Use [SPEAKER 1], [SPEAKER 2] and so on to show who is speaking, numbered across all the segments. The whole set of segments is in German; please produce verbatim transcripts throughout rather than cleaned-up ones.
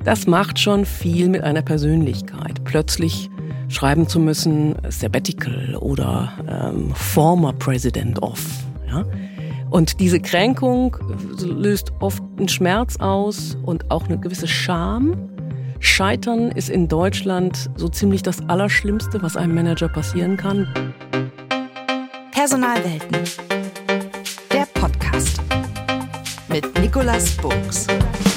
[SPEAKER 1] Das macht schon viel mit einer Persönlichkeit. Plötzlich schreiben zu müssen, Sabbatical oder ähm, Former President of. Ja? Und diese Kränkung löst oft einen Schmerz aus und auch eine gewisse Scham. Scheitern ist in Deutschland so ziemlich das Allerschlimmste, was einem Manager passieren kann.
[SPEAKER 2] Personalwelten. Der Podcast mit Nicolas Burks.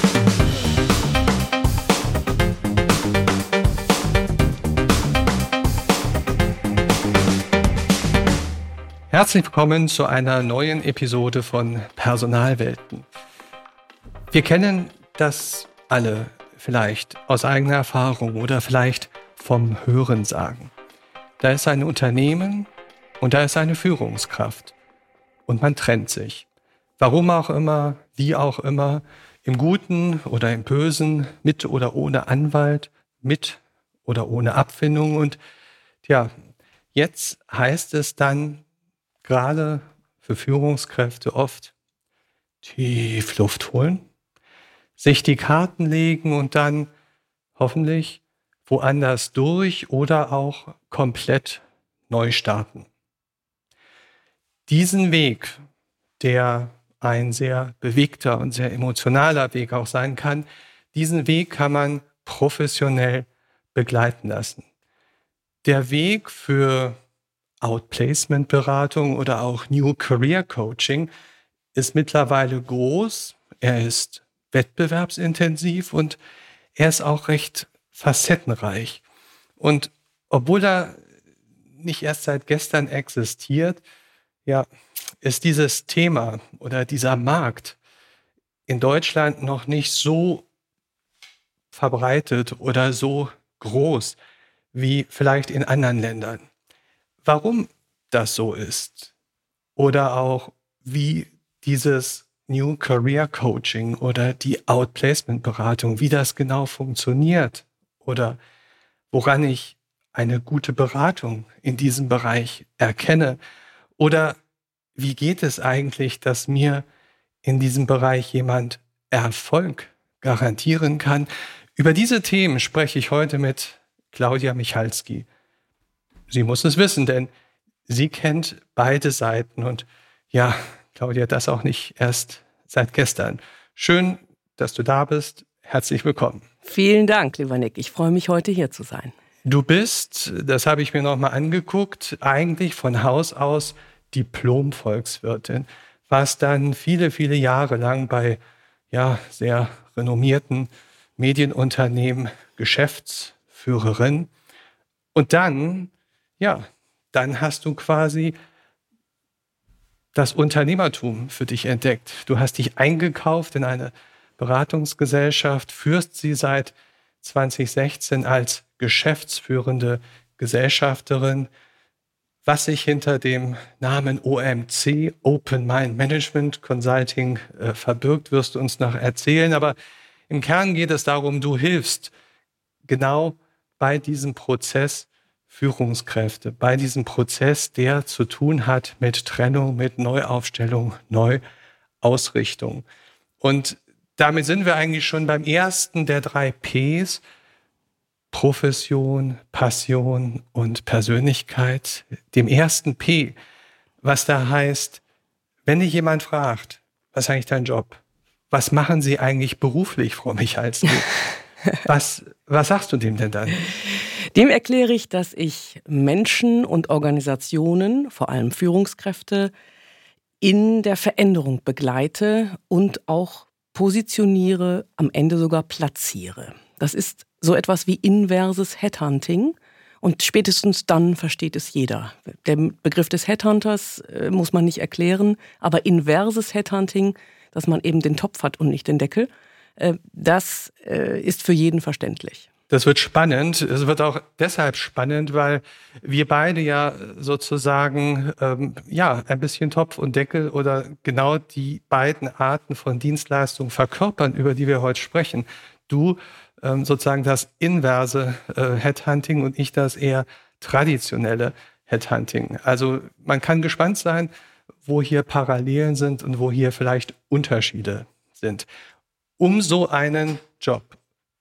[SPEAKER 3] Herzlich willkommen zu einer neuen Episode von Personalwelten. Wir kennen das alle vielleicht aus eigener Erfahrung oder vielleicht vom Hörensagen. Da ist ein Unternehmen und da ist eine Führungskraft und man trennt sich. Warum auch immer, wie auch immer, im Guten oder im Bösen, mit oder ohne Anwalt, mit oder ohne Abfindung. Und ja, jetzt heißt es dann, gerade für Führungskräfte oft tief Luft holen, sich die Karten legen und dann hoffentlich woanders durch oder auch komplett neu starten. Diesen Weg, der ein sehr bewegter und sehr emotionaler Weg auch sein kann, diesen Weg kann man professionell begleiten lassen. Der Weg für Outplacement-Beratung oder auch New Career Coaching ist mittlerweile groß, er ist wettbewerbsintensiv und er ist auch recht facettenreich. Und obwohl er nicht erst seit gestern existiert, ja, ist dieses Thema oder dieser Markt in Deutschland noch nicht so verbreitet oder so groß wie vielleicht in anderen Ländern. Warum das so ist oder auch wie dieses New Career Coaching oder die Outplacement-Beratung, wie das genau funktioniert oder woran ich eine gute Beratung in diesem Bereich erkenne oder wie geht es eigentlich, dass mir in diesem Bereich jemand Erfolg garantieren kann. Über diese Themen spreche ich heute mit Claudia Michalski. Sie muss es wissen, denn sie kennt beide Seiten. Und ja, Claudia, das auch nicht erst seit gestern. Schön, dass du da bist. Herzlich willkommen.
[SPEAKER 1] Vielen Dank, lieber Nick. Ich freue mich, heute hier zu sein.
[SPEAKER 3] Du bist, das habe ich mir nochmal angeguckt, eigentlich von Haus aus Diplom-Volkswirtin. Warst dann viele, viele Jahre lang bei ja, sehr renommierten Medienunternehmen Geschäftsführerin. Und dann Ja, dann hast du quasi das Unternehmertum für dich entdeckt. Du hast dich eingekauft in eine Beratungsgesellschaft, führst sie seit zwanzig sechzehn als geschäftsführende Gesellschafterin. Was sich hinter dem Namen O M C, Open Mind Management Consulting, äh, verbirgt, wirst du uns noch erzählen. Aber im Kern geht es darum, du hilfst genau bei diesem Prozess Führungskräfte, bei diesem Prozess, der zu tun hat mit Trennung, mit Neuaufstellung, Neuausrichtung. Und damit sind wir eigentlich schon beim ersten der drei Ps, Profession, Passion und Persönlichkeit, dem ersten P, was da heißt, wenn dich jemand fragt, was ist eigentlich dein Job? Was machen Sie eigentlich beruflich, Frau Michalski? Was, was sagst du dem denn dann?
[SPEAKER 1] Dem erkläre ich, dass ich Menschen und Organisationen, vor allem Führungskräfte, in der Veränderung begleite und auch positioniere, am Ende sogar platziere. Das ist so etwas wie inverses Headhunting und spätestens dann versteht es jeder. Der Begriff des Headhunters äh, muss man nicht erklären, aber inverses Headhunting, dass man eben den Topf hat und nicht den Deckel, äh, das äh, ist für jeden verständlich.
[SPEAKER 3] Das wird spannend. Es wird auch deshalb spannend, weil wir beide ja sozusagen ähm, ja ein bisschen Topf und Deckel oder genau die beiden Arten von Dienstleistungen verkörpern, über die wir heute sprechen. Du ähm, sozusagen das inverse äh, Headhunting und ich das eher traditionelle Headhunting. Also man kann gespannt sein, wo hier Parallelen sind und wo hier vielleicht Unterschiede sind. Um so einen Job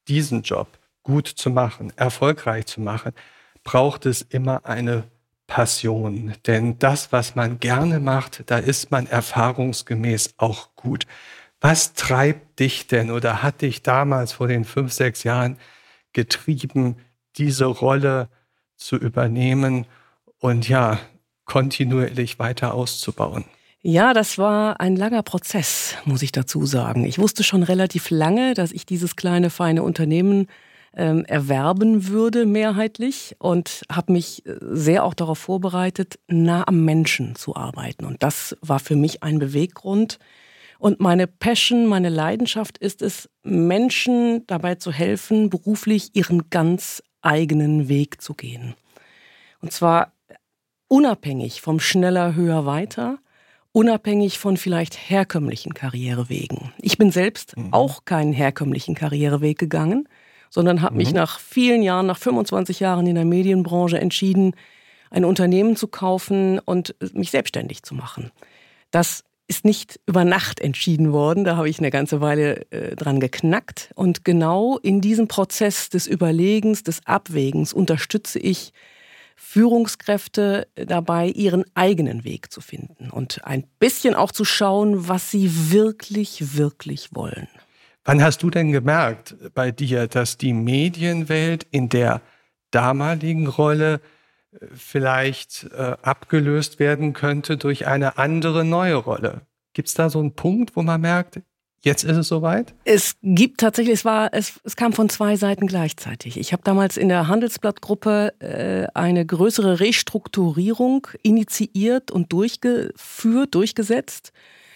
[SPEAKER 3] diesen Job gut zu machen, erfolgreich zu machen, braucht es immer eine Passion. Denn das, was man gerne macht, da ist man erfahrungsgemäß auch gut. Was treibt dich denn oder hat dich damals vor den fünf, sechs Jahren getrieben, diese Rolle zu übernehmen und ja, kontinuierlich weiter auszubauen?
[SPEAKER 1] Ja, das war ein langer Prozess, muss ich dazu sagen. Ich wusste schon relativ lange, dass ich dieses kleine, feine Unternehmen ähm, erwerben würde, mehrheitlich, und habe mich sehr auch darauf vorbereitet, nah am Menschen zu arbeiten. Und das war für mich ein Beweggrund. Und meine Passion, meine Leidenschaft ist es, Menschen dabei zu helfen, beruflich ihren ganz eigenen Weg zu gehen. Und zwar unabhängig vom schneller, höher, weiter, unabhängig von vielleicht herkömmlichen Karrierewegen. Ich bin selbst mhm. auch keinen herkömmlichen Karriereweg gegangen, sondern habe mhm. mich nach vielen Jahren, nach fünfundzwanzig Jahren in der Medienbranche entschieden, ein Unternehmen zu kaufen und mich selbstständig zu machen. Das ist nicht über Nacht entschieden worden, da habe ich eine ganze Weile äh, dran geknackt. Und genau in diesem Prozess des Überlegens, des Abwägens unterstütze ich Führungskräfte dabei, ihren eigenen Weg zu finden und ein bisschen auch zu schauen, was sie wirklich, wirklich wollen.
[SPEAKER 3] Wann hast du denn gemerkt bei dir, dass die Medienwelt in der damaligen Rolle vielleicht äh, abgelöst werden könnte durch eine andere neue Rolle? Gibt es da so einen Punkt, wo man merkt, jetzt ist es soweit?
[SPEAKER 1] Es gibt tatsächlich, es war, es, es kam von zwei Seiten gleichzeitig. Ich habe damals in der Handelsblatt-Gruppe äh, eine größere Restrukturierung initiiert und durchgeführt, durchgesetzt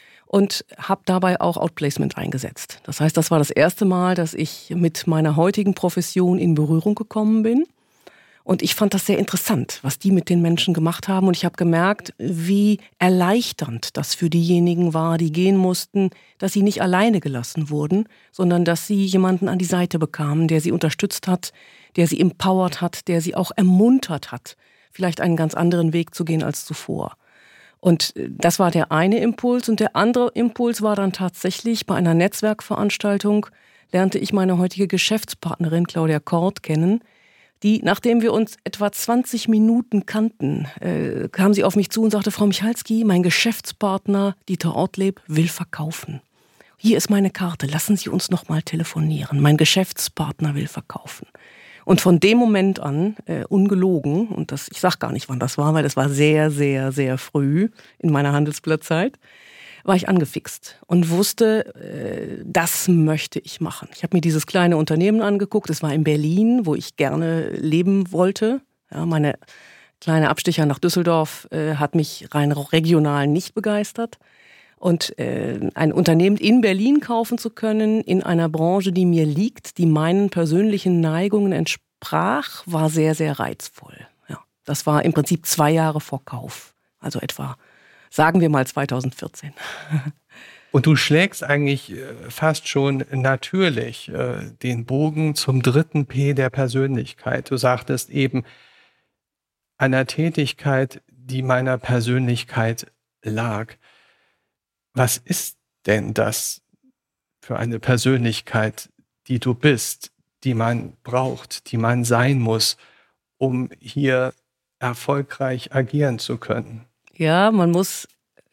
[SPEAKER 1] und habe dabei auch Outplacement eingesetzt. Das heißt, das war das erste Mal, dass ich mit meiner heutigen Profession in Berührung gekommen bin. Und ich fand das sehr interessant, was die mit den Menschen gemacht haben. Und ich habe gemerkt, wie erleichternd das für diejenigen war, die gehen mussten, dass sie nicht alleine gelassen wurden, sondern dass sie jemanden an die Seite bekamen, der sie unterstützt hat, der sie empowert hat, der sie auch ermuntert hat, vielleicht einen ganz anderen Weg zu gehen als zuvor. Und das war der eine Impuls. Und der andere Impuls war dann tatsächlich, bei einer Netzwerkveranstaltung lernte ich meine heutige Geschäftspartnerin Claudia Kort kennen, die, nachdem wir uns etwa zwanzig Minuten kannten, äh, kam sie auf mich zu und sagte, Frau Michalski, mein Geschäftspartner Dieter Ortleb will verkaufen. Hier ist meine Karte, lassen Sie uns noch mal telefonieren. Mein Geschäftspartner will verkaufen. Und von dem Moment an, äh, ungelogen, und das, ich sag gar nicht, wann das war, weil das war sehr, sehr, sehr früh in meiner Handelsblattzeit, war ich angefixt und wusste, äh, das möchte ich machen. Ich habe mir dieses kleine Unternehmen angeguckt, es war in Berlin, wo ich gerne leben wollte. Ja, meine kleine Abstecher nach Düsseldorf äh, hat mich rein regional nicht begeistert. Und äh, ein Unternehmen in Berlin kaufen zu können, in einer Branche, die mir liegt, die meinen persönlichen Neigungen entsprach, war sehr, sehr reizvoll. Ja, das war im Prinzip zwei Jahre vor Kauf, also etwa sagen wir mal zweitausendvierzehn.
[SPEAKER 3] Und du schlägst eigentlich fast schon natürlich äh, den Bogen zum dritten P der Persönlichkeit. Du sagtest eben, einer Tätigkeit, die meiner Persönlichkeit lag. Was ist denn das für eine Persönlichkeit, die du bist, die man braucht, die man sein muss, um hier erfolgreich agieren zu können?
[SPEAKER 1] Ja, man muss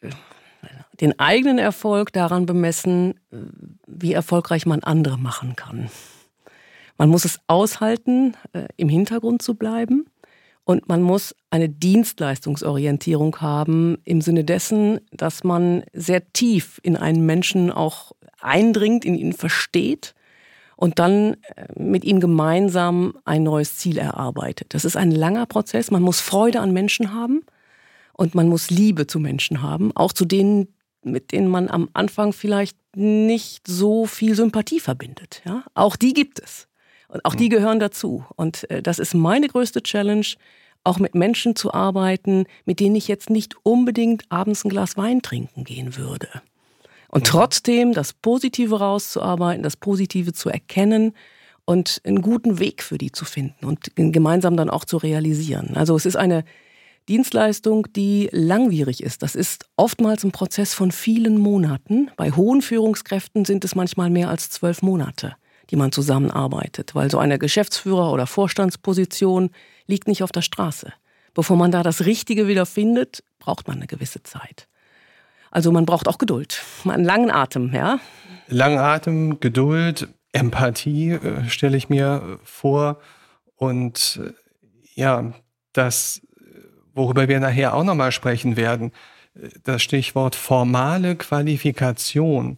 [SPEAKER 1] den eigenen Erfolg daran bemessen, wie erfolgreich man andere machen kann. Man muss es aushalten, im Hintergrund zu bleiben. Und man muss eine Dienstleistungsorientierung haben im Sinne dessen, dass man sehr tief in einen Menschen auch eindringt, in ihn versteht und dann mit ihm gemeinsam ein neues Ziel erarbeitet. Das ist ein langer Prozess. Man muss Freude an Menschen haben. Und man muss Liebe zu Menschen haben, auch zu denen, mit denen man am Anfang vielleicht nicht so viel Sympathie verbindet. Ja? Auch die gibt es. Und auch die gehören dazu. Und äh, das ist meine größte Challenge, auch mit Menschen zu arbeiten, mit denen ich jetzt nicht unbedingt abends ein Glas Wein trinken gehen würde. Und trotzdem das Positive rauszuarbeiten, das Positive zu erkennen und einen guten Weg für die zu finden und gemeinsam dann auch zu realisieren. Also es ist eine Dienstleistung, die langwierig ist. Das ist oftmals ein Prozess von vielen Monaten. Bei hohen Führungskräften sind es manchmal mehr als zwölf Monate, die man zusammenarbeitet. Weil so eine Geschäftsführer- oder Vorstandsposition liegt nicht auf der Straße. Bevor man da das Richtige wieder findet, braucht man eine gewisse Zeit. Also man braucht auch Geduld, einen langen Atem, ja.
[SPEAKER 3] Langen Atem, Geduld, Empathie äh, stelle ich mir vor. Und äh, ja, das, worüber wir nachher auch nochmal sprechen werden, das Stichwort formale Qualifikation.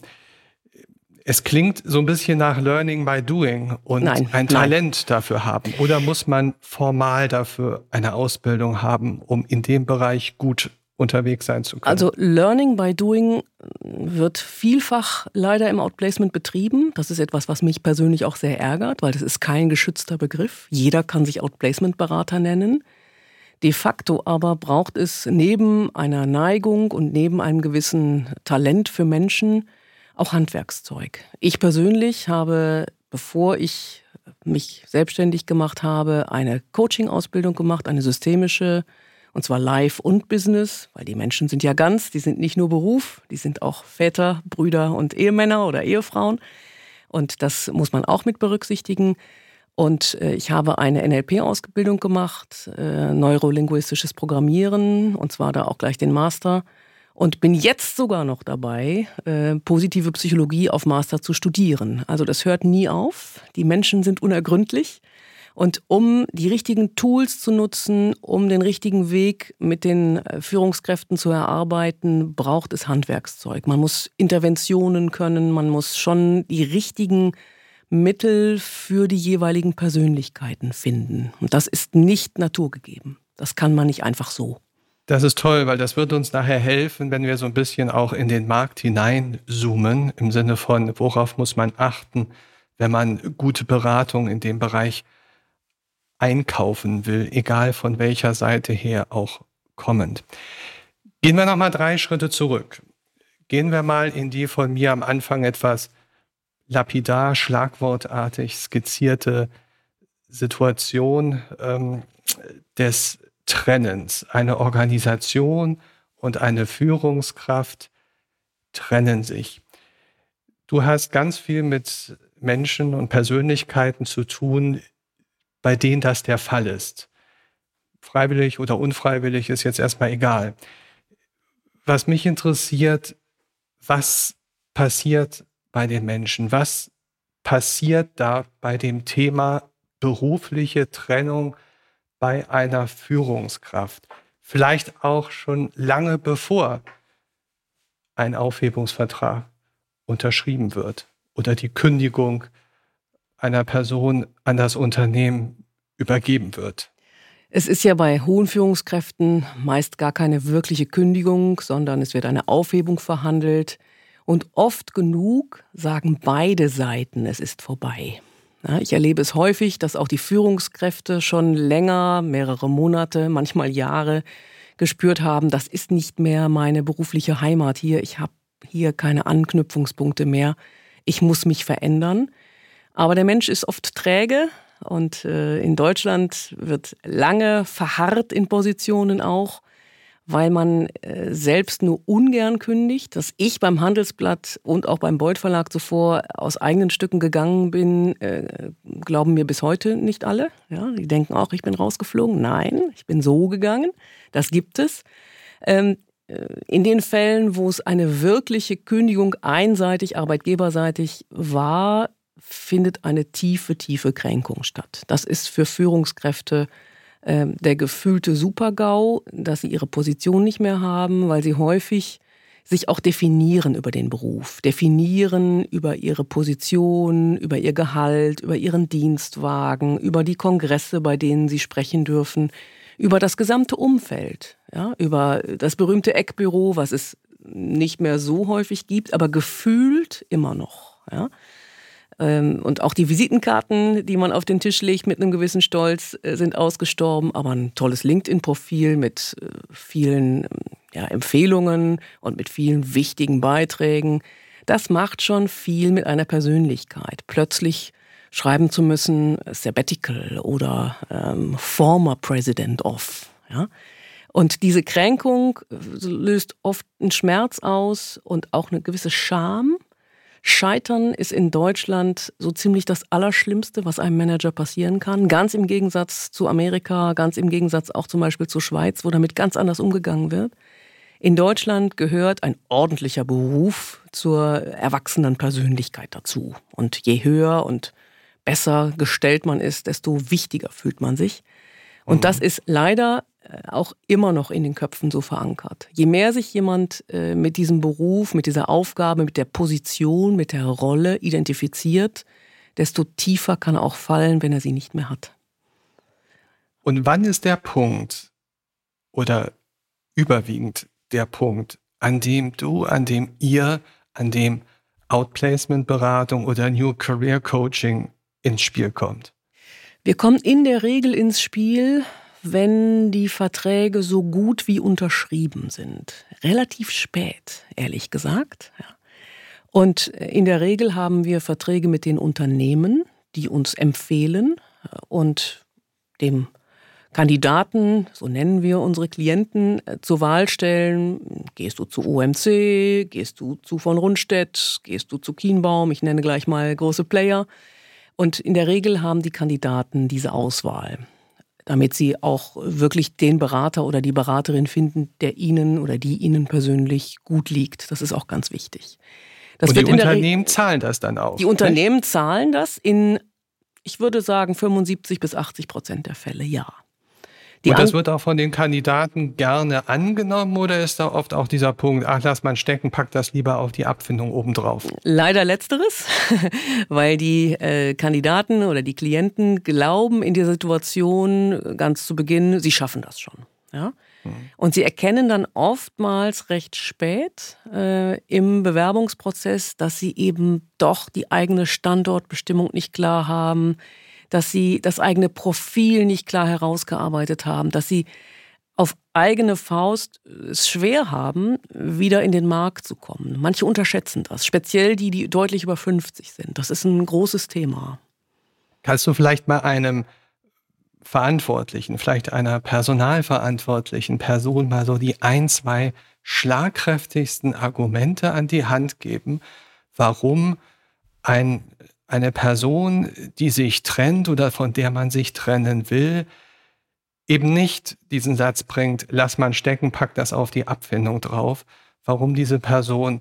[SPEAKER 3] Es klingt so ein bisschen nach Learning by Doing und
[SPEAKER 1] nein,
[SPEAKER 3] ein Talent
[SPEAKER 1] nein.
[SPEAKER 3] dafür haben. Oder muss man formal dafür eine Ausbildung haben, um in dem Bereich gut unterwegs sein zu können?
[SPEAKER 1] Also Learning by Doing wird vielfach leider im Outplacement betrieben. Das ist etwas, was mich persönlich auch sehr ärgert, weil das ist kein geschützter Begriff. Jeder kann sich Outplacement-Berater nennen. De facto aber braucht es neben einer Neigung und neben einem gewissen Talent für Menschen auch Handwerkszeug. Ich persönlich habe, bevor ich mich selbstständig gemacht habe, eine Coaching-Ausbildung gemacht, eine systemische, und zwar Life und Business, weil die Menschen sind ja ganz, die sind nicht nur Beruf, die sind auch Väter, Brüder und Ehemänner oder Ehefrauen. Und das muss man auch mit berücksichtigen. Und äh, ich habe eine N L P-Ausbildung gemacht, äh, neurolinguistisches Programmieren, und zwar da auch gleich den Master. Und bin jetzt sogar noch dabei, äh, positive Psychologie auf Master zu studieren. Also das hört nie auf. Die Menschen sind unergründlich. Und um die richtigen Tools zu nutzen, um den richtigen Weg mit den Führungskräften zu erarbeiten, braucht es Handwerkszeug. Man muss Interventionen können, man muss schon die richtigen Mittel für die jeweiligen Persönlichkeiten finden. Und das ist nicht naturgegeben. Das kann man nicht einfach so.
[SPEAKER 3] Das ist toll, weil das wird uns nachher helfen, wenn wir so ein bisschen auch in den Markt hineinzoomen, im Sinne von, worauf muss man achten, wenn man gute Beratung in dem Bereich einkaufen will, egal von welcher Seite her auch kommend. Gehen wir nochmal drei Schritte zurück. Gehen wir mal in die von mir am Anfang etwas lapidar, schlagwortartig skizzierte Situation ähm, des Trennens. Eine Organisation und eine Führungskraft trennen sich. Du hast ganz viel mit Menschen und Persönlichkeiten zu tun, bei denen das der Fall ist. Freiwillig oder unfreiwillig ist jetzt erstmal egal. Was mich interessiert, was passiert bei den Menschen? Was passiert da bei dem Thema berufliche Trennung bei einer Führungskraft? Vielleicht auch schon lange bevor ein Aufhebungsvertrag unterschrieben wird oder die Kündigung einer Person an das Unternehmen übergeben wird.
[SPEAKER 1] Es ist ja bei hohen Führungskräften meist gar keine wirkliche Kündigung, sondern es wird eine Aufhebung verhandelt. Und oft genug sagen beide Seiten, es ist vorbei. Ja, ich erlebe es häufig, dass auch die Führungskräfte schon länger, mehrere Monate, manchmal Jahre gespürt haben, das ist nicht mehr meine berufliche Heimat hier. Ich habe hier keine Anknüpfungspunkte mehr. Ich muss mich verändern. Aber der Mensch ist oft träge und äh, in Deutschland wird lange verharrt in Positionen auch, weil man äh, selbst nur ungern kündigt. Dass ich beim Handelsblatt und auch beim Beuth Verlag zuvor aus eigenen Stücken gegangen bin, äh, glauben mir bis heute nicht alle. Ja, die denken auch, ich bin rausgeflogen. Nein, ich bin so gegangen. Das gibt es. Ähm, in den Fällen, wo es eine wirkliche Kündigung einseitig, arbeitgeberseitig war, findet eine tiefe, tiefe Kränkung statt. Das ist für Führungskräfte äh, der gefühlte Super-GAU, dass sie ihre Position nicht mehr haben, weil sie häufig sich auch definieren über den Beruf, definieren über ihre Position, über ihr Gehalt, über ihren Dienstwagen, über die Kongresse, bei denen sie sprechen dürfen, über das gesamte Umfeld, ja, über das berühmte Eckbüro, was es nicht mehr so häufig gibt, aber gefühlt immer noch, ja. Und auch die Visitenkarten, die man auf den Tisch legt mit einem gewissen Stolz, sind ausgestorben. Aber ein tolles LinkedIn-Profil mit vielen ja, Empfehlungen und mit vielen wichtigen Beiträgen, das macht schon viel mit einer Persönlichkeit. Plötzlich schreiben zu müssen, Sabbatical oder ähm, Former President of. Ja? Und diese Kränkung löst oft einen Schmerz aus und auch eine gewisse Scham. Scheitern ist in Deutschland so ziemlich das Allerschlimmste, was einem Manager passieren kann. Ganz im Gegensatz zu Amerika, ganz im Gegensatz auch zum Beispiel zur Schweiz, wo damit ganz anders umgegangen wird. In Deutschland gehört ein ordentlicher Beruf zur erwachsenen Persönlichkeit dazu. Und je höher und besser gestellt man ist, desto wichtiger fühlt man sich. Und mhm. das ist leider auch immer noch in den Köpfen so verankert. Je mehr sich jemand äh, mit diesem Beruf, mit dieser Aufgabe, mit der Position, mit der Rolle identifiziert, desto tiefer kann er auch fallen, wenn er sie nicht mehr hat.
[SPEAKER 3] Und wann ist der Punkt oder überwiegend der Punkt, an dem du, an dem ihr, an dem Outplacement-Beratung oder New Career Coaching ins Spiel kommt?
[SPEAKER 1] Wir kommen in der Regel ins Spiel, wenn die Verträge so gut wie unterschrieben sind. Relativ spät, ehrlich gesagt. Ja. Und in der Regel haben wir Verträge mit den Unternehmen, die uns empfehlen und dem Kandidaten, so nennen wir unsere Klienten, zur Wahl stellen. Gehst du zu O M C, gehst du zu von Rundstedt, gehst du zu Kienbaum, ich nenne gleich mal große Player. Und in der Regel haben die Kandidaten diese Auswahl, damit sie auch wirklich den Berater oder die Beraterin finden, der ihnen oder die ihnen persönlich gut liegt. Das ist auch ganz wichtig. Das
[SPEAKER 3] Und
[SPEAKER 1] wird
[SPEAKER 3] die
[SPEAKER 1] in der
[SPEAKER 3] Unternehmen
[SPEAKER 1] Re-
[SPEAKER 3] zahlen das dann auch?
[SPEAKER 1] Die Unternehmen nicht? zahlen das in, ich würde sagen, fünfundsiebzig bis achtzig Prozent der Fälle, ja. Die
[SPEAKER 3] Und das
[SPEAKER 1] An-
[SPEAKER 3] wird auch von den Kandidaten gerne angenommen oder ist da oft auch dieser Punkt, ach, lass mal stecken, pack das lieber auf die Abfindung obendrauf?
[SPEAKER 1] Leider letzteres, weil die äh, Kandidaten oder die Klienten glauben in der Situation ganz zu Beginn, sie schaffen das schon. Ja? Mhm. Und sie erkennen dann oftmals recht spät äh, im Bewerbungsprozess, dass sie eben doch die eigene Standortbestimmung nicht klar haben, dass sie das eigene Profil nicht klar herausgearbeitet haben, dass sie auf eigene Faust es schwer haben, wieder in den Markt zu kommen. Manche unterschätzen das, speziell die, die deutlich über fünfzig sind. Das ist ein großes Thema.
[SPEAKER 3] Kannst du vielleicht mal einem Verantwortlichen, vielleicht einer personalverantwortlichen Person mal so die ein, zwei schlagkräftigsten Argumente an die Hand geben, warum ein eine Person, die sich trennt oder von der man sich trennen will, eben nicht diesen Satz bringt, lass man stecken, pack das auf die Abfindung drauf, warum diese Person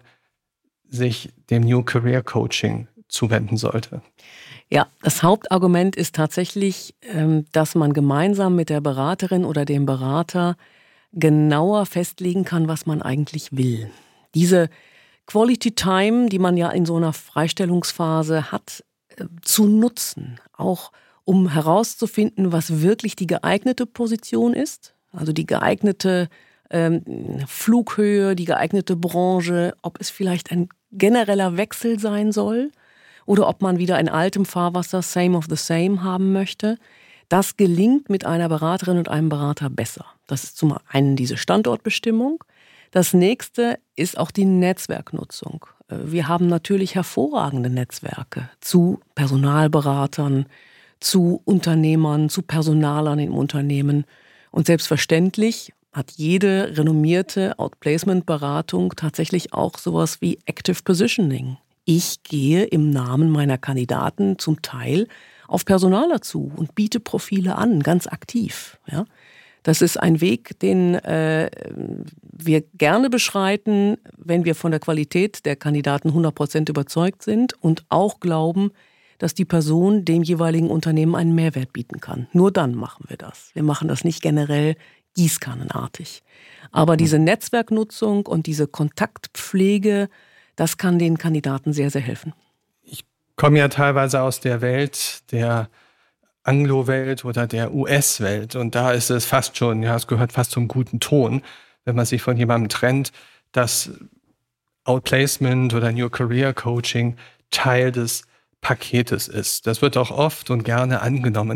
[SPEAKER 3] sich dem New Career Coaching zuwenden sollte?
[SPEAKER 1] Ja, das Hauptargument ist tatsächlich, dass man gemeinsam mit der Beraterin oder dem Berater genauer festlegen kann, was man eigentlich will. Diese Quality Time, die man ja in so einer Freistellungsphase hat, äh, zu nutzen, auch um herauszufinden, was wirklich die geeignete Position ist, also die geeignete ähm, Flughöhe, die geeignete Branche, ob es vielleicht ein genereller Wechsel sein soll oder ob man wieder in altem Fahrwasser same of the same haben möchte. Das gelingt mit einer Beraterin und einem Berater besser. Das ist zum einen diese Standortbestimmung. Das nächste ist auch die Netzwerknutzung. Wir haben natürlich hervorragende Netzwerke zu Personalberatern, zu Unternehmern, zu Personalern im Unternehmen. Und selbstverständlich hat jede renommierte Outplacement-Beratung tatsächlich auch sowas wie Active Positioning. Ich gehe im Namen meiner Kandidaten zum Teil auf Personaler zu und biete Profile an, ganz aktiv, ja. Das ist ein Weg, den äh, wir gerne beschreiten, wenn wir von der Qualität der Kandidaten hundert Prozent überzeugt sind und auch glauben, dass die Person dem jeweiligen Unternehmen einen Mehrwert bieten kann. Nur dann machen wir das. Wir machen das nicht generell gießkannenartig. Aber diese Netzwerknutzung und diese Kontaktpflege, das kann den Kandidaten sehr, sehr helfen.
[SPEAKER 3] Ich komme ja teilweise aus der Welt der Anglo-Welt oder der U S-Welt. Und da ist es fast schon, ja, es gehört fast zum guten Ton, wenn man sich von jemandem trennt, dass Outplacement oder New Career Coaching Teil des Paketes ist. Das wird auch oft und gerne angenommen.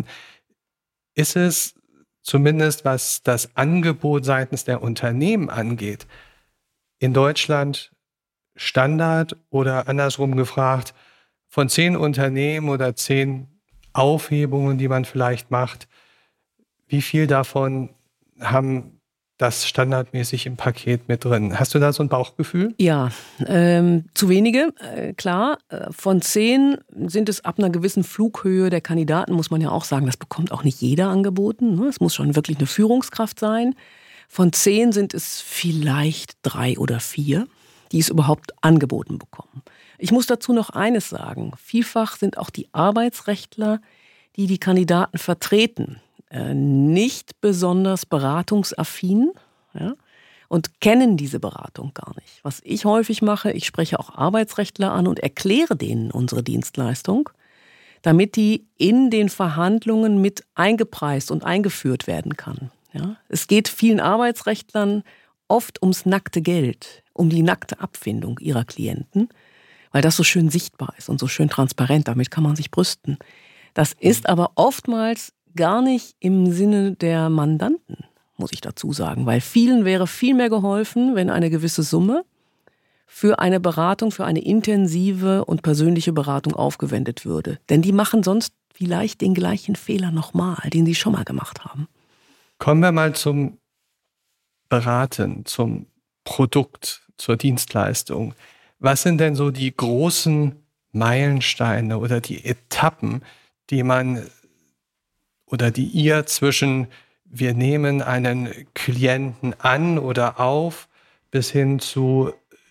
[SPEAKER 3] Ist es zumindest, was das Angebot seitens der Unternehmen angeht, in Deutschland Standard oder andersrum gefragt, von zehn Unternehmen oder zehn Aufhebungen, die man vielleicht macht, wie viel davon haben das standardmäßig im Paket mit drin? Hast du da so ein Bauchgefühl?
[SPEAKER 1] Ja, ähm, zu wenige, äh, klar. Von zehn sind es ab einer gewissen Flughöhe der Kandidaten, muss man ja auch sagen, das bekommt auch nicht jeder angeboten. Ne? Es muss schon wirklich eine Führungskraft sein. Von zehn sind es vielleicht drei oder vier, die es überhaupt angeboten bekommen. Ich muss dazu noch eines sagen. Vielfach sind auch die Arbeitsrechtler, die die Kandidaten vertreten, nicht besonders beratungsaffin, ja, und kennen diese Beratung gar nicht. Was ich häufig mache, ich spreche auch Arbeitsrechtler an und erkläre denen unsere Dienstleistung, damit die in den Verhandlungen mit eingepreist und eingeführt werden kann. Ja. Es geht vielen Arbeitsrechtlern oft ums nackte Geld, um die nackte Abfindung ihrer Klienten, weil das so schön sichtbar ist und so schön transparent, damit kann man sich brüsten. Das ist aber oftmals gar nicht im Sinne der Mandanten, muss ich dazu sagen, weil vielen wäre viel mehr geholfen, wenn eine gewisse Summe für eine Beratung, für eine intensive und persönliche Beratung aufgewendet würde. Denn die machen sonst vielleicht den gleichen Fehler nochmal, den sie schon mal gemacht haben.
[SPEAKER 3] Kommen wir mal zum Beraten, zum Produkt, zur Dienstleistung. Was sind denn so die großen Meilensteine oder die Etappen, die man oder die ihr zwischen wir nehmen einen Klienten an oder auf bis hin zu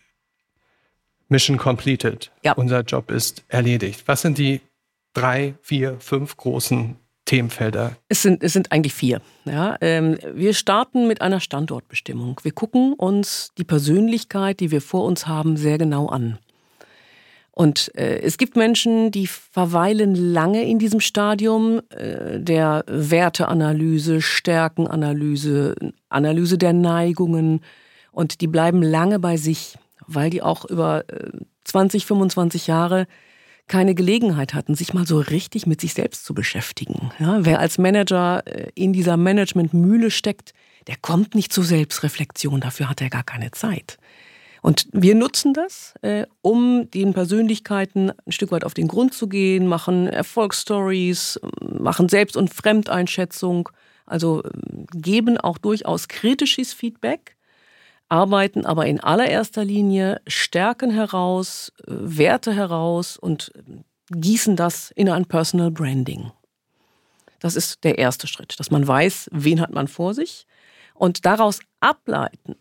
[SPEAKER 3] Mission completed. Ja. Unser Job ist erledigt. Was sind die drei, vier, fünf großen Themenfelder?
[SPEAKER 1] Es sind, es sind eigentlich vier. Ja, ähm, wir starten mit einer Standortbestimmung. Wir gucken uns die Persönlichkeit, die wir vor uns haben, sehr genau an. Und äh, es gibt Menschen, die verweilen lange in diesem Stadium äh, der Werteanalyse, Stärkenanalyse, Analyse der Neigungen. Und die bleiben lange bei sich, weil die auch über äh, zwanzig, fünfundzwanzig Jahre keine Gelegenheit hatten, sich mal so richtig mit sich selbst zu beschäftigen. Ja, wer als Manager äh, in dieser Managementmühle steckt, der kommt nicht zur Selbstreflexion, dafür hat er gar keine Zeit. Und wir nutzen das, äh, um den Persönlichkeiten ein Stück weit auf den Grund zu gehen, machen Erfolgsstories, machen Selbst- und Fremdeinschätzung, also äh, geben auch durchaus kritisches Feedback, arbeiten aber in allererster Linie Stärken heraus, äh, Werte heraus und gießen das in ein Personal Branding. Das ist der erste Schritt, dass man weiß, wen hat man vor sich und daraus ableiten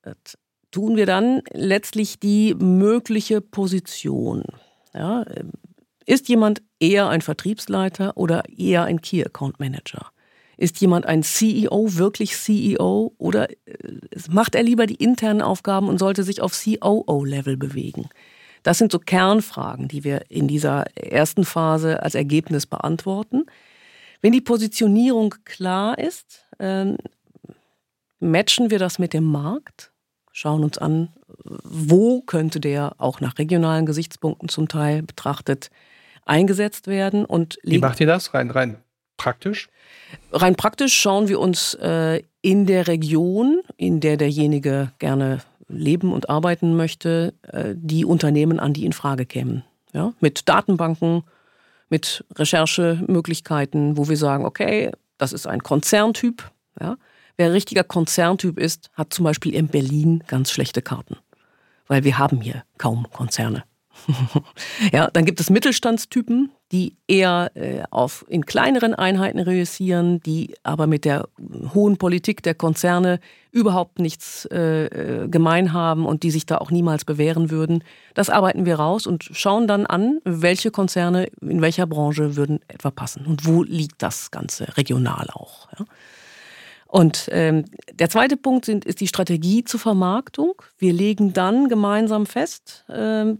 [SPEAKER 1] tun wir dann letztlich die mögliche Position. Ja, ist jemand eher ein Vertriebsleiter oder eher ein Key Account Manager? Ist jemand ein C E O, wirklich C E O? Oder macht er lieber die internen Aufgaben und sollte sich auf C O O-Level bewegen? Das sind so Kernfragen, die wir in dieser ersten Phase als Ergebnis beantworten. Wenn die Positionierung klar ist, ähm, matchen wir das mit dem Markt, schauen uns an, wo könnte der auch nach regionalen Gesichtspunkten zum Teil betrachtet eingesetzt werden. Und
[SPEAKER 3] wie macht ihr das rein, rein praktisch?
[SPEAKER 1] Rein praktisch schauen wir uns äh, in der Region, in der derjenige gerne leben und arbeiten möchte, äh, die Unternehmen an, die in Frage kämen. Ja? Mit Datenbanken, mit Recherchemöglichkeiten, wo wir sagen, okay, das ist ein Konzerntyp, ja? Wer ein richtiger Konzerntyp ist, hat zum Beispiel in Berlin ganz schlechte Karten, weil wir haben hier kaum Konzerne. Ja, dann gibt es Mittelstandstypen, die eher äh, auf, in kleineren Einheiten reüssieren, die aber mit der hohen Politik der Konzerne überhaupt nichts äh, gemein haben und die sich da auch niemals bewähren würden. Das arbeiten wir raus und schauen dann an, welche Konzerne in welcher Branche würden etwa passen und wo liegt das Ganze regional auch. Ja. Und ähm, der zweite Punkt sind, ist die Strategie zur Vermarktung. Wir legen dann gemeinsam fest, ähm,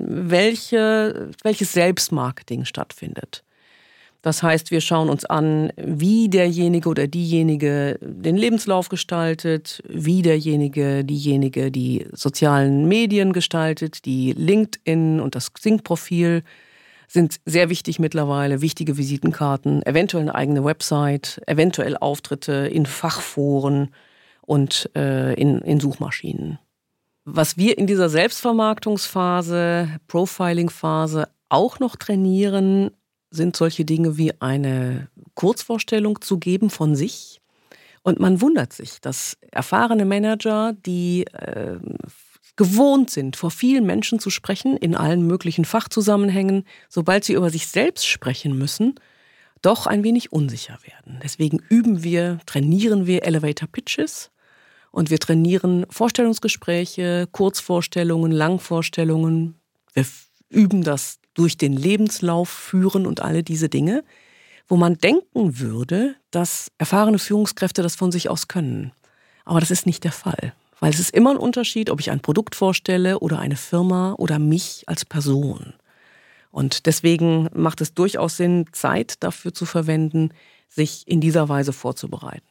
[SPEAKER 1] welche, welches Selbstmarketing stattfindet. Das heißt, wir schauen uns an, wie derjenige oder diejenige den Lebenslauf gestaltet, wie derjenige, diejenige die sozialen Medien gestaltet, die LinkedIn und das Xing-Profil sind sehr wichtig mittlerweile, wichtige Visitenkarten, eventuell eine eigene Website, eventuell Auftritte in Fachforen und äh, in, in Suchmaschinen. Was wir in dieser Selbstvermarktungsphase, Profiling-Phase auch noch trainieren, sind solche Dinge wie eine Kurzvorstellung zu geben von sich Und man wundert sich, dass erfahrene Manager, die äh, gewohnt sind, vor vielen Menschen zu sprechen, in allen möglichen Fachzusammenhängen, sobald sie über sich selbst sprechen müssen, doch ein wenig unsicher werden. Deswegen üben wir, trainieren wir Elevator Pitches und wir trainieren Vorstellungsgespräche, Kurzvorstellungen, Langvorstellungen. Wir üben das durch den Lebenslauf führen und alle diese Dinge, wo man denken würde, dass erfahrene Führungskräfte das von sich aus können. Aber das ist nicht der Fall. Weil es ist immer ein Unterschied, ob ich ein Produkt vorstelle oder eine Firma oder mich als Person. Und deswegen macht es durchaus Sinn, Zeit dafür zu verwenden, sich in dieser Weise vorzubereiten.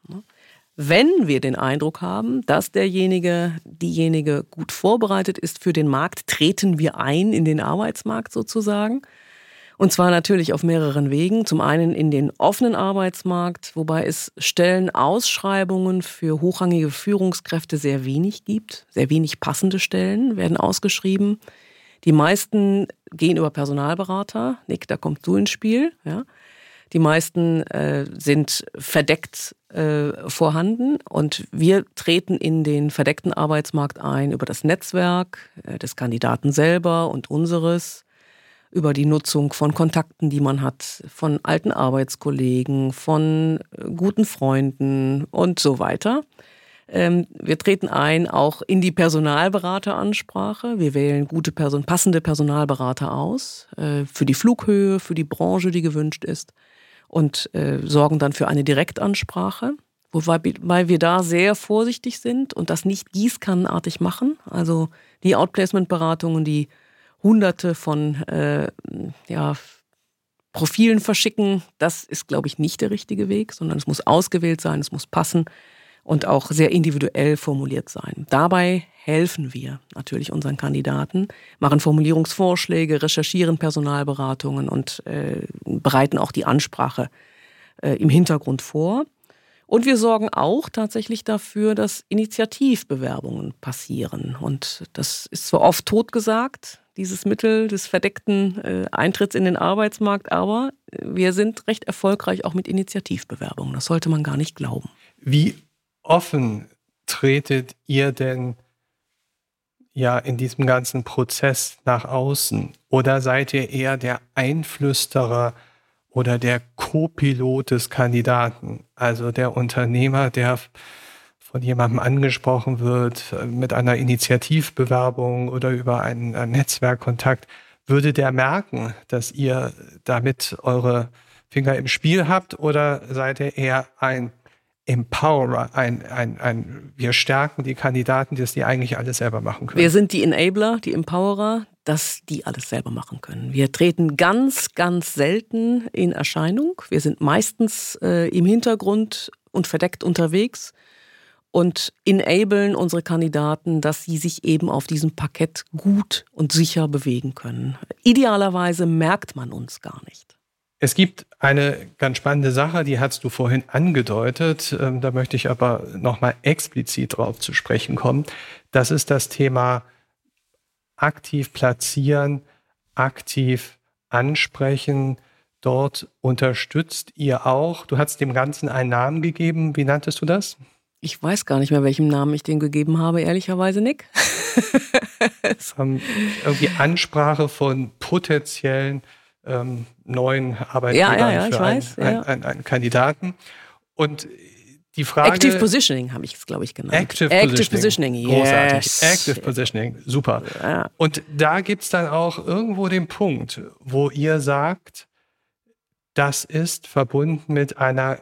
[SPEAKER 1] Wenn wir den Eindruck haben, dass derjenige, diejenige gut vorbereitet ist für den Markt, treten wir ein in den Arbeitsmarkt sozusagen. Und zwar natürlich auf mehreren Wegen. Zum einen in den offenen Arbeitsmarkt, wobei es Stellenausschreibungen für hochrangige Führungskräfte sehr wenig gibt. Sehr wenig passende Stellen werden ausgeschrieben. Die meisten gehen über Personalberater. Nick, da kommst du ins Spiel. Ja. Die meisten äh, sind verdeckt äh, vorhanden und wir treten in den verdeckten Arbeitsmarkt ein über das Netzwerk äh, des Kandidaten selber und unseres, über die Nutzung von Kontakten, die man hat, von alten Arbeitskollegen, von guten Freunden und so weiter. Wir treten ein auch in die Personalberateransprache. Wir wählen gute Person, passende Personalberater aus für die Flughöhe, für die Branche, die gewünscht ist und sorgen dann für eine Direktansprache, wobei wir da sehr vorsichtig sind und das nicht gießkannenartig machen. Also die Outplacement-Beratungen, die Hunderte von äh, ja, Profilen verschicken, das ist, glaube ich, nicht der richtige Weg, sondern es muss ausgewählt sein, es muss passen und auch sehr individuell formuliert sein. Dabei helfen wir natürlich unseren Kandidaten, machen Formulierungsvorschläge, recherchieren Personalberatungen und äh, bereiten auch die Ansprache äh, im Hintergrund vor. Und wir sorgen auch tatsächlich dafür, dass Initiativbewerbungen passieren. Und das ist zwar oft totgesagt, dieses Mittel des verdeckten äh, Eintritts in den Arbeitsmarkt, aber wir sind recht erfolgreich auch mit Initiativbewerbungen. Das sollte man gar nicht glauben.
[SPEAKER 3] Wie offen tretet ihr denn ja in diesem ganzen Prozess nach außen? Oder seid ihr eher der Einflüsterer oder der Co-Pilot des Kandidaten? Also der Unternehmer, der von jemandem angesprochen wird mit einer Initiativbewerbung oder über einen, einen Netzwerkkontakt, würde der merken, dass ihr damit eure Finger im Spiel habt, oder seid ihr eher ein Empowerer, ein, ein, ein, wir stärken die Kandidaten, dass die eigentlich alles selber machen können?
[SPEAKER 1] Wir sind die Enabler, die Empowerer, dass die alles selber machen können. Wir treten ganz, ganz selten in Erscheinung. Wir sind meistens äh, im Hintergrund und verdeckt unterwegs und enablen unsere Kandidaten, dass sie sich eben auf diesem Parkett gut und sicher bewegen können. Idealerweise merkt man uns gar nicht.
[SPEAKER 3] Es gibt eine ganz spannende Sache, die hast du vorhin angedeutet, da möchte ich aber nochmal explizit drauf zu sprechen kommen. Das ist das Thema aktiv platzieren, aktiv ansprechen. Dort unterstützt ihr auch. Du hast dem Ganzen einen Namen gegeben. Wie nanntest du das?
[SPEAKER 1] Ich weiß gar nicht mehr, welchen Namen ich dem gegeben habe, ehrlicherweise, Nick.
[SPEAKER 3] ähm, irgendwie Ansprache von potenziellen ähm, neuen Arbeitgebern
[SPEAKER 1] ja, ja, ja,
[SPEAKER 3] für
[SPEAKER 1] ich
[SPEAKER 3] einen,
[SPEAKER 1] weiß, ja.
[SPEAKER 3] einen, einen, einen Kandidaten. Und die Frage...
[SPEAKER 1] Active Positioning habe ich es, glaube ich, genannt.
[SPEAKER 3] Active,
[SPEAKER 1] Active
[SPEAKER 3] Positioning.
[SPEAKER 1] Positioning,
[SPEAKER 3] Großartig.
[SPEAKER 1] yes.
[SPEAKER 3] Active Positioning, super.
[SPEAKER 1] Ja.
[SPEAKER 3] Und da gibt es dann auch irgendwo den Punkt, wo ihr sagt, das ist verbunden mit einer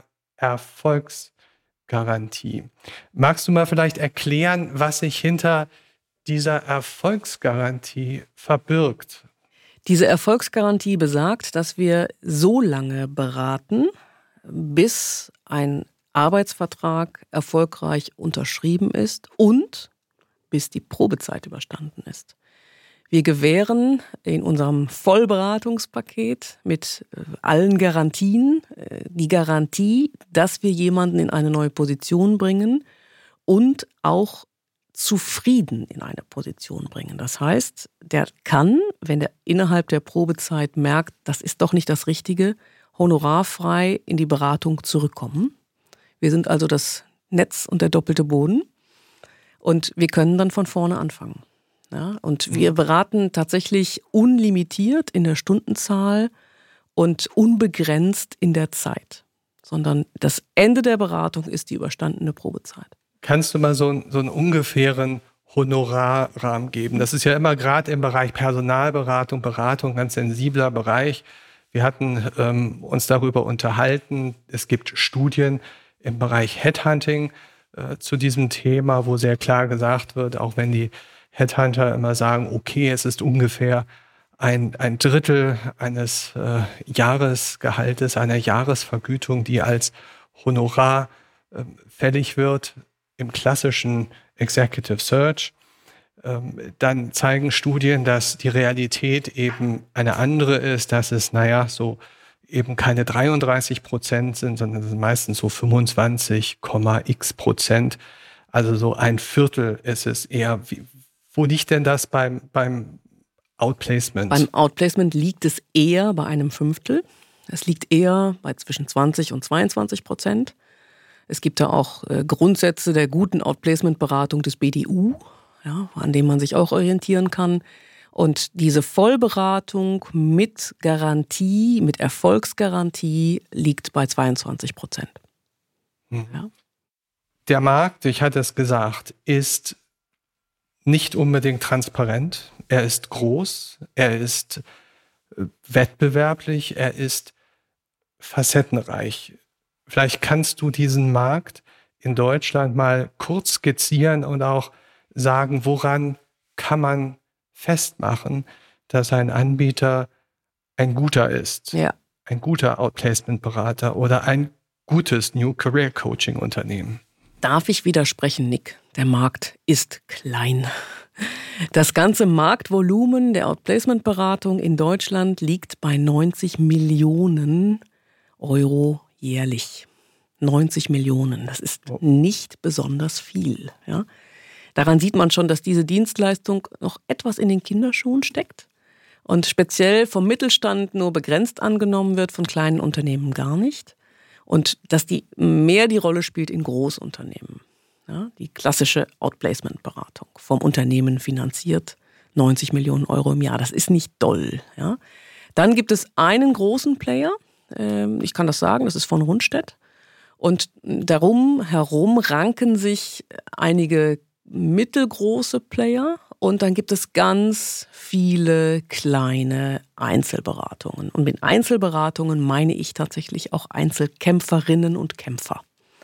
[SPEAKER 3] Erfolgsgarantie. Magst du mal vielleicht erklären, was sich hinter dieser Erfolgsgarantie verbirgt?
[SPEAKER 1] Diese Erfolgsgarantie besagt, dass wir so lange beraten, bis ein Arbeitsvertrag erfolgreich unterschrieben ist und bis die Probezeit überstanden ist. Wir gewähren in unserem Vollberatungspaket mit allen Garantien die Garantie, dass wir jemanden in eine neue Position bringen und auch zufrieden in eine Position bringen. Das heißt, der kann, wenn der innerhalb der Probezeit merkt, das ist doch nicht das Richtige, honorarfrei in die Beratung zurückkommen. Wir sind also das Netz und der doppelte Boden. Und wir können dann von vorne anfangen. Ja, und wir beraten tatsächlich unlimitiert in der Stundenzahl und unbegrenzt in der Zeit. Sondern das Ende der Beratung ist die überstandene Probezeit.
[SPEAKER 3] Kannst du mal so, so einen ungefähren Honorarrahmen geben? Das ist ja immer gerade im Bereich Personalberatung, Beratung, ein ganz sensibler Bereich. Wir hatten ähm, uns darüber unterhalten. Es gibt Studien im Bereich Headhunting äh, zu diesem Thema, wo sehr klar gesagt wird, auch wenn die Headhunter immer sagen, okay, es ist ungefähr ein, ein Drittel eines äh, Jahresgehaltes, einer Jahresvergütung, die als Honorar äh, fällig wird im klassischen Executive Search. Ähm, dann zeigen Studien, dass die Realität eben eine andere ist, dass es, naja, so eben keine dreiunddreißig Prozent sind, sondern es sind meistens so fünfundzwanzig Komma x Prozent. Also so ein Viertel ist es eher. Wie, Wo liegt denn das beim, beim Outplacement?
[SPEAKER 1] Beim Outplacement liegt es eher bei einem Fünftel. Es liegt eher bei zwischen zwanzig und zweiundzwanzig Prozent. Es gibt da auch äh, Grundsätze der guten Outplacement-Beratung des B D U, ja, an dem man sich auch orientieren kann. Und diese Vollberatung mit Garantie, mit Erfolgsgarantie liegt bei zweiundzwanzig Prozent.
[SPEAKER 3] Hm.
[SPEAKER 1] Ja.
[SPEAKER 3] Der Markt, ich hatte es gesagt, ist nicht unbedingt transparent. Er ist groß, er ist wettbewerblich, er ist facettenreich. Vielleicht kannst du diesen Markt in Deutschland mal kurz skizzieren und auch sagen, woran kann man festmachen, dass ein Anbieter ein guter ist,
[SPEAKER 1] ja.
[SPEAKER 3] ein guter Outplacement-Berater oder ein gutes New Career Coaching Unternehmen.
[SPEAKER 1] Darf ich widersprechen, Nick? Der Markt ist klein. Das ganze Marktvolumen der Outplacement-Beratung in Deutschland liegt bei neunzig Millionen Euro jährlich. neunzig Millionen, das ist nicht besonders viel. Ja? Daran sieht man schon, dass diese Dienstleistung noch etwas in den Kinderschuhen steckt und speziell vom Mittelstand nur begrenzt angenommen wird, von kleinen Unternehmen gar nicht. Und dass die mehr die Rolle spielt in Großunternehmen. Ja, die klassische Outplacement-Beratung, vom Unternehmen finanziert, neunzig Millionen Euro im Jahr, das ist nicht doll. Ja. Dann gibt es einen großen Player, äh, ich kann das sagen, das ist von Rundstedt. Und darum herum ranken sich einige mittelgroße Player und dann gibt es ganz viele kleine Einzelberatungen. Und mit Einzelberatungen meine ich tatsächlich auch Einzelkämpferinnen und Kämpfer.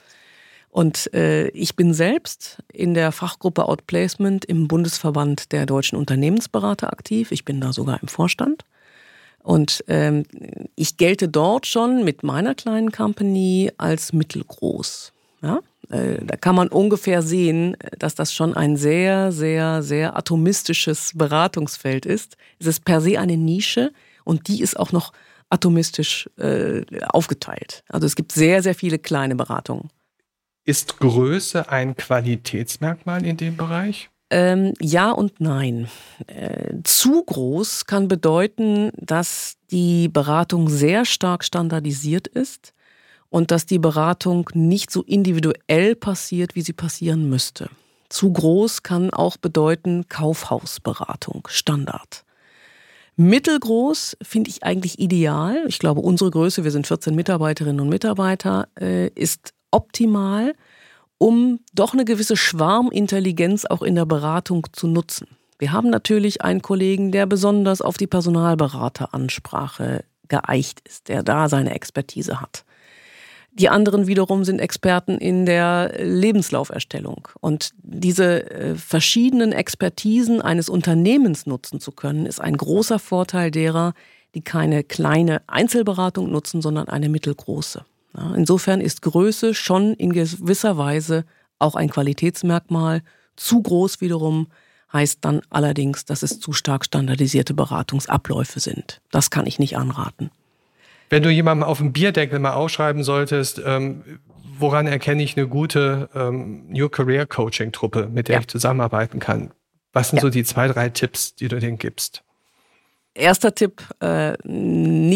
[SPEAKER 1] Und äh, ich bin selbst in der Fachgruppe Outplacement im Bundesverband der deutschen Unternehmensberater aktiv. Ich bin da sogar im Vorstand. Und ähm, ich gelte dort schon mit meiner kleinen Company als mittelgroß. Ja? Äh, da kann man ungefähr sehen, dass das schon ein sehr, sehr, sehr atomistisches Beratungsfeld ist. Es ist per se eine Nische und die ist auch noch atomistisch äh, aufgeteilt. Also es gibt sehr, sehr viele kleine Beratungen.
[SPEAKER 3] Ist Größe ein Qualitätsmerkmal in dem Bereich?
[SPEAKER 1] Ähm, ja und nein. Äh, zu groß kann bedeuten, dass die Beratung sehr stark standardisiert ist und dass die Beratung nicht so individuell passiert, wie sie passieren müsste. Zu groß kann auch bedeuten Kaufhausberatung, Standard. Mittelgroß finde ich eigentlich ideal. Ich glaube, unsere Größe, wir sind vierzehn Mitarbeiterinnen und Mitarbeiter, äh, ist optimal, um doch eine gewisse Schwarmintelligenz auch in der Beratung zu nutzen. Wir haben natürlich einen Kollegen, der besonders auf die Personalberateransprache geeicht ist, der da seine Expertise hat. Die anderen wiederum sind Experten in der Lebenslauferstellung. Und diese äh, verschiedenen Expertisen eines Unternehmens nutzen zu können, ist ein großer Vorteil derer, die keine kleine Einzelberatung nutzen, sondern eine mittelgroße. Ja, insofern ist Größe schon in gewisser Weise auch ein Qualitätsmerkmal. Zu groß wiederum heißt dann allerdings, dass es zu stark standardisierte Beratungsabläufe sind. Das kann ich nicht anraten.
[SPEAKER 3] Wenn du jemandem auf dem Bierdeckel mal ausschreiben solltest, ähm, woran erkenne ich eine gute ähm, New Career Coaching Truppe, mit der ja. ich zusammenarbeiten kann? Was sind ja. so die zwei, drei Tipps, die du denen gibst?
[SPEAKER 1] Erster Tipp, äh, nicht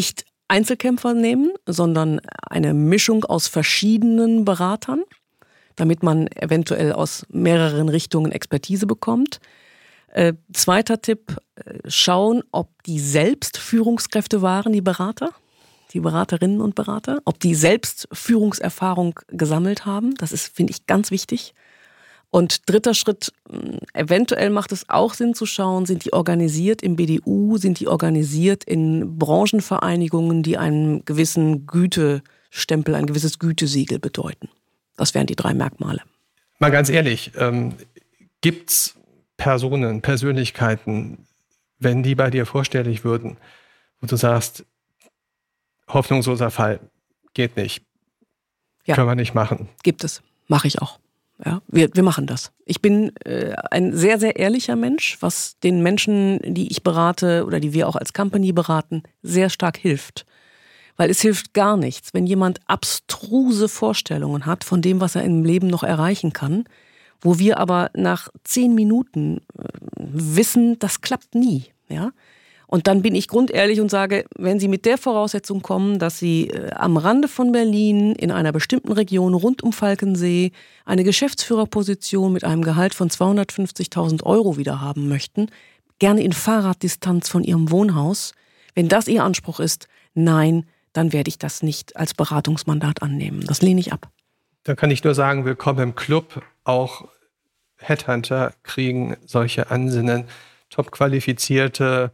[SPEAKER 1] Einzelkämpfer nehmen, sondern eine Mischung aus verschiedenen Beratern, damit man eventuell aus mehreren Richtungen Expertise bekommt. Äh, zweiter Tipp, äh, schauen, ob die selbst Führungskräfte waren, die Berater, die Beraterinnen und Berater, ob die selbst Führungserfahrung gesammelt haben. Das ist, finde ich, ganz wichtig. Und dritter Schritt, eventuell macht es auch Sinn zu schauen, sind die organisiert im B D U, sind die organisiert in Branchenvereinigungen, die einen gewissen Gütestempel, ein gewisses Gütesiegel bedeuten. Das wären die drei Merkmale.
[SPEAKER 3] Mal ganz ehrlich, ähm, gibt es Personen, Persönlichkeiten, wenn die bei dir vorstellig würden, wo du sagst, hoffnungsloser Fall, geht nicht,
[SPEAKER 1] ja.
[SPEAKER 3] Können wir nicht machen?
[SPEAKER 1] Gibt es, mache ich auch. Ja, wir, wir machen das. Ich bin äh, ein sehr, sehr ehrlicher Mensch, was den Menschen, die ich berate oder die wir auch als Company beraten, sehr stark hilft. Weil es hilft gar nichts, wenn jemand abstruse Vorstellungen hat von dem, was er im Leben noch erreichen kann, wo wir aber nach zehn Minuten wissen, das klappt nie. Ja? Und dann bin ich grundehrlich und sage, wenn Sie mit der Voraussetzung kommen, dass Sie am Rande von Berlin in einer bestimmten Region rund um Falkensee eine Geschäftsführerposition mit einem Gehalt von zweihundertfünfzigtausend Euro wieder haben möchten, gerne in Fahrraddistanz von Ihrem Wohnhaus, wenn das Ihr Anspruch ist, nein, dann werde ich das nicht als Beratungsmandat annehmen. Das lehne ich ab.
[SPEAKER 3] Da kann ich nur sagen, willkommen im Club. Auch Headhunter kriegen solche Ansinnen. Top qualifizierte,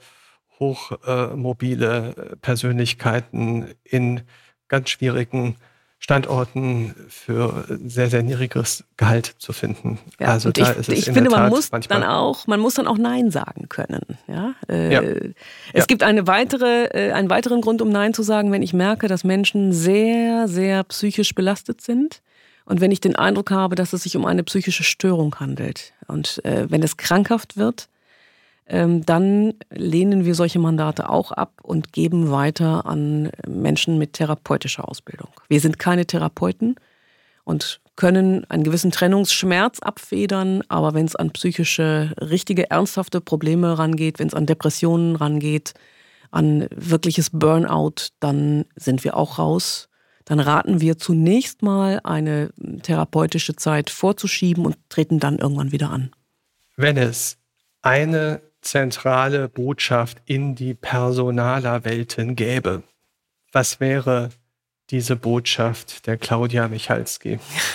[SPEAKER 3] hochmobile Persönlichkeiten in ganz schwierigen Standorten für sehr, sehr niedriges Gehalt zu finden.
[SPEAKER 1] Ja,
[SPEAKER 3] also
[SPEAKER 1] und
[SPEAKER 3] da
[SPEAKER 1] ich,
[SPEAKER 3] ist es
[SPEAKER 1] ich
[SPEAKER 3] in
[SPEAKER 1] finde,
[SPEAKER 3] der Tat
[SPEAKER 1] man muss
[SPEAKER 3] manchmal
[SPEAKER 1] dann auch, man muss dann auch Nein sagen können. Ja? Äh,
[SPEAKER 3] Ja.
[SPEAKER 1] Es
[SPEAKER 3] Ja.
[SPEAKER 1] gibt eine weitere, äh, einen weiteren Grund, um Nein zu sagen, wenn ich merke, dass Menschen sehr, sehr psychisch belastet sind und wenn ich den Eindruck habe, dass es sich um eine psychische Störung handelt. Und äh, wenn es krankhaft wird, ähm, dann lehnen wir solche Mandate auch ab und geben weiter an Menschen mit therapeutischer Ausbildung. Wir sind keine Therapeuten und können einen gewissen Trennungsschmerz abfedern, aber wenn es an psychische, richtige, ernsthafte Probleme rangeht, wenn es an Depressionen rangeht, an wirkliches Burnout, dann sind wir auch raus. Dann raten wir zunächst mal, eine therapeutische Zeit vorzuschieben und treten dann irgendwann wieder an.
[SPEAKER 3] Wenn es eine zentrale Botschaft in die Personalerwelten gäbe, was wäre diese Botschaft der Claudia Michalski?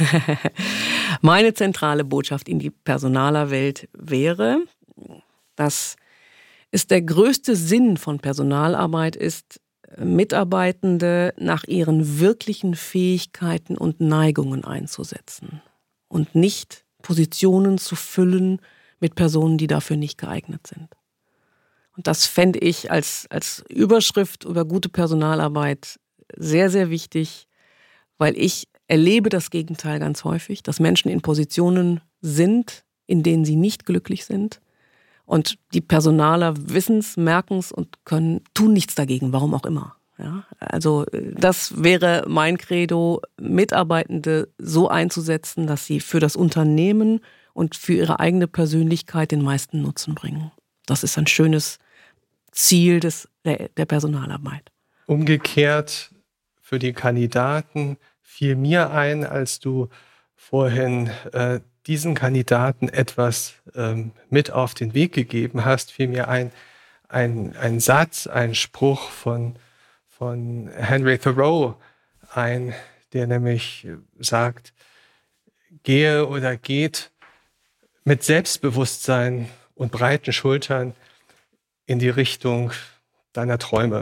[SPEAKER 1] Meine zentrale Botschaft in die Personalerwelt wäre, dass es der größte Sinn von Personalarbeit ist, Mitarbeitende nach ihren wirklichen Fähigkeiten und Neigungen einzusetzen und nicht Positionen zu füllen mit Personen, die dafür nicht geeignet sind. Und das fände ich als, als Überschrift über gute Personalarbeit sehr, sehr wichtig, weil ich erlebe das Gegenteil ganz häufig, dass Menschen in Positionen sind, in denen sie nicht glücklich sind. Und die Personaler wissen es, merken es und können, tun nichts dagegen, warum auch immer. Ja, also das wäre mein Credo, Mitarbeitende so einzusetzen, dass sie für das Unternehmen und für ihre eigene Persönlichkeit den meisten Nutzen bringen. Das ist ein schönes Ziel des, der, der Personalarbeit.
[SPEAKER 3] Umgekehrt für die Kandidaten fiel mir ein, als du vorhin äh, diesen Kandidaten etwas ähm, mit auf den Weg gegeben hast, fiel mir ein, ein, ein Satz, ein Spruch von, von Henry Thoreau ein, der nämlich sagt, gehe oder geht mit Selbstbewusstsein und breiten Schultern in die Richtung deiner Träume.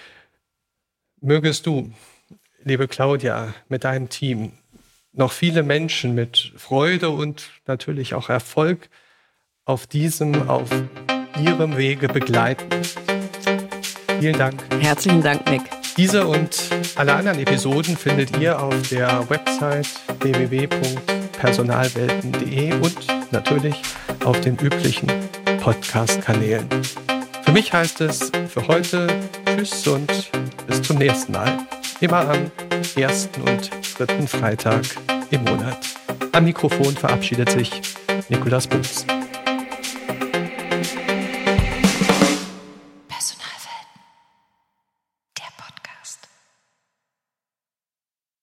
[SPEAKER 3] Mögest du, liebe Claudia, mit deinem Team noch viele Menschen mit Freude und natürlich auch Erfolg auf diesem, auf ihrem Wege begleiten. Vielen Dank.
[SPEAKER 1] Herzlichen Dank, Nick.
[SPEAKER 3] Diese und alle anderen Episoden findet ihr auf der Website w w w punkt personalwelten punkt de und natürlich auf den üblichen Podcast-Kanälen. Für mich heißt es für heute Tschüss und bis zum nächsten Mal. Immer am ersten und dritten Freitag im Monat. Am Mikrofon verabschiedet sich Nicolas Bunz.